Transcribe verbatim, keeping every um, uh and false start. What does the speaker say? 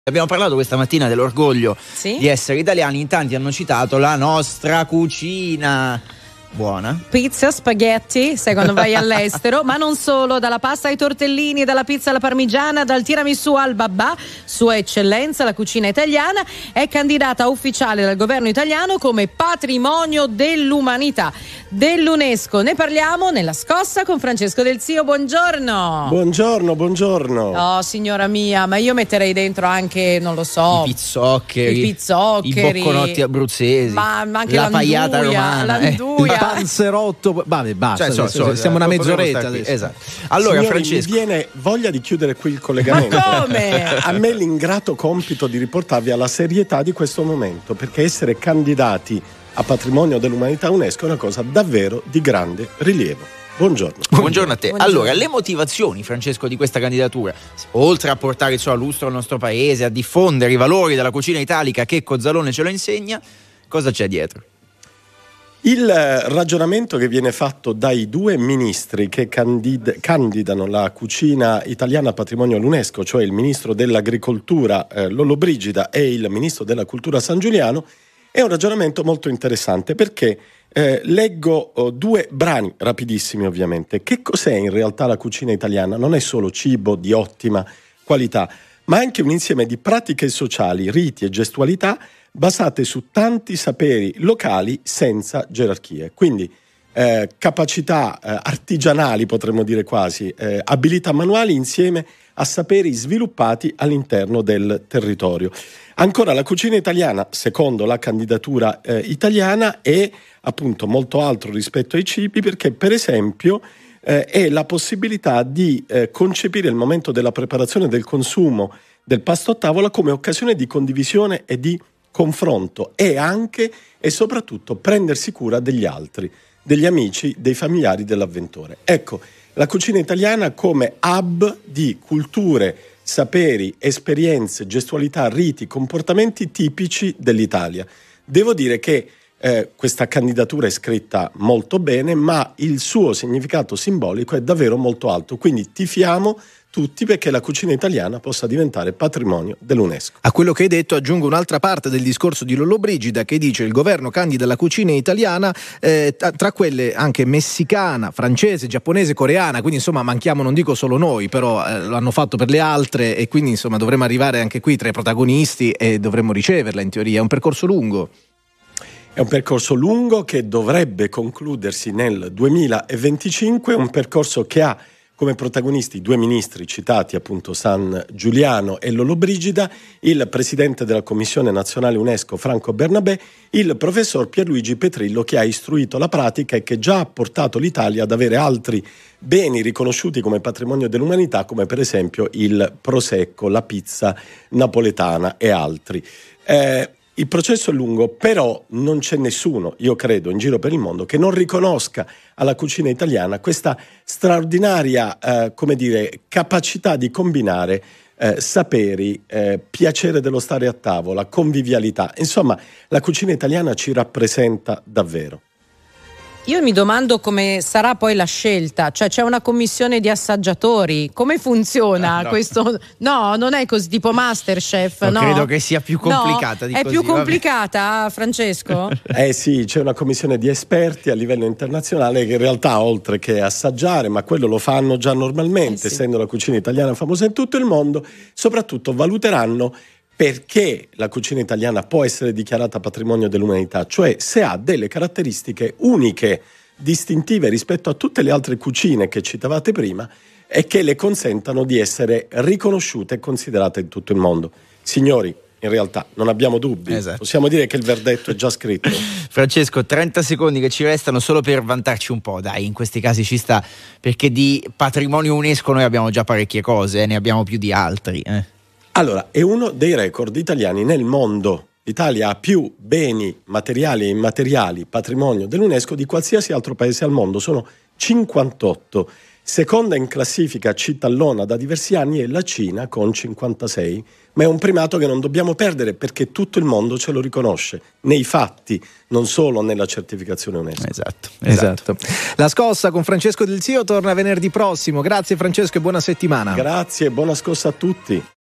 Abbiamo parlato questa mattina dell'orgoglio Sì? di essere italiani, in tanti hanno citato la nostra cucina. Buona. Pizza, spaghetti, sai quando vai all'estero, ma non solo, dalla pasta ai tortellini, dalla pizza alla parmigiana, dal tiramisù al babà, Sua Eccellenza, la cucina italiana è candidata ufficiale dal governo italiano come patrimonio dell'umanità dell'UNESCO. Ne parliamo nella scossa con Francesco Del Zio, buongiorno. Buongiorno, buongiorno. Oh signora mia, ma io metterei dentro anche, non lo so, I pizzoccheri, i pizzoccheri, i bocconotti abruzzesi, ma, ma anche la pagliata romana, l'anduia. eh. Il panzerotto, vabbè, basta, Cioè, so, so, siamo una mezz'oretta qui, adesso. esatto. Allora, Signori, Francesco, mi viene voglia di chiudere qui il collegamento. Ma come? A me l'ingrato compito di riportarvi alla serietà di questo momento, perché essere candidati a patrimonio dell'umanità UNESCO è una cosa davvero di grande rilievo. Buongiorno. buongiorno a te. Buongiorno. Allora, le motivazioni, Francesco, di questa candidatura, oltre a portare il suo lustro al nostro paese, a diffondere i valori della cucina italica che Cozzalone ce lo insegna, cosa c'è dietro? Il ragionamento che viene fatto dai due ministri che candid- candidano la cucina italiana a patrimonio all'UNESCO, cioè il ministro dell'agricoltura eh, Lollobrigida e il ministro della cultura San Giuliano, è un ragionamento molto interessante perché eh, leggo oh, due brani rapidissimi ovviamente. Che cos'è in realtà la cucina italiana? Non è solo cibo di ottima qualità, ma anche un insieme di pratiche sociali, riti e gestualità basate su tanti saperi locali senza gerarchie. Quindi eh, capacità eh, artigianali, potremmo dire quasi, eh, abilità manuali insieme a saperi sviluppati all'interno del territorio. Ancora, la cucina italiana, secondo la candidatura eh, italiana, è appunto molto altro rispetto ai cibi perché, per esempio, eh, è la possibilità di eh, concepire il momento della preparazione e del consumo del pasto a tavola come occasione di condivisione e di confronto e anche e soprattutto prendersi cura degli altri, degli amici, dei familiari dell'avventore. Ecco, la cucina italiana come hub di culture, saperi, esperienze, gestualità, riti, comportamenti tipici dell'Italia. Devo dire che eh, questa candidatura è scritta molto bene, ma il suo significato simbolico è davvero molto alto, quindi tifiamo tutti perché la cucina italiana possa diventare patrimonio dell'UNESCO. A quello che hai detto aggiungo un'altra parte del discorso di Lollobrigida che dice il governo candida la cucina italiana eh, tra, tra quelle anche messicana, francese, giapponese, coreana, quindi insomma manchiamo, non dico solo noi, però eh, lo hanno fatto per le altre e quindi insomma dovremmo arrivare anche qui tra i protagonisti e dovremmo riceverla in teoria. È un percorso lungo. È un percorso lungo che dovrebbe concludersi nel duemilaventicinque, un percorso che ha come protagonisti due ministri citati, appunto San Giuliano e Lollobrigida, il presidente della Commissione Nazionale UNESCO Franco Bernabé, il professor Pierluigi Petrillo che ha istruito la pratica e che già ha portato l'Italia ad avere altri beni riconosciuti come patrimonio dell'umanità, come per esempio il prosecco, la pizza napoletana e altri. Eh, Il processo è lungo, però non c'è nessuno, io credo, in giro per il mondo che non riconosca alla cucina italiana questa straordinaria, eh, come dire, capacità di combinare eh, saperi, eh, piacere dello stare a tavola, convivialità. Insomma, la cucina italiana ci rappresenta davvero. Io mi domando come sarà poi la scelta, cioè c'è una commissione di assaggiatori, come funziona no. questo? No, non è così tipo Masterchef, No, no? credo che sia più complicata no? di È così, più vabbè. complicata, Francesco? Eh sì, c'è una commissione di esperti a livello internazionale che in realtà, oltre che assaggiare, ma quello lo fanno già normalmente, Eh sì. essendo la cucina italiana famosa in tutto il mondo, soprattutto valuteranno perché la cucina italiana può essere dichiarata patrimonio dell'umanità, cioè se ha delle caratteristiche uniche, distintive rispetto a tutte le altre cucine che citavate prima e che le consentano di essere riconosciute e considerate in tutto il mondo. Signori, in realtà non abbiamo dubbi, Esatto. possiamo dire che il verdetto è già scritto. Francesco, trenta secondi che ci restano solo per vantarci un po', dai, in questi casi ci sta, perché di patrimonio UNESCO noi abbiamo già parecchie cose, eh, ne abbiamo più di altri. Eh. Allora, è uno dei record italiani nel mondo. L'Italia ha più beni materiali e immateriali patrimonio dell'UNESCO di qualsiasi altro paese al mondo, sono cinquantotto. Seconda in classifica ci tallona da diversi anni è la Cina con cinquantasei, ma è un primato che non dobbiamo perdere perché tutto il mondo ce lo riconosce, nei fatti, non solo nella certificazione UNESCO. Esatto, Esatto. La scossa con Francesco Del Zio torna venerdì prossimo. Grazie Francesco e buona settimana. Grazie, buona scossa a tutti.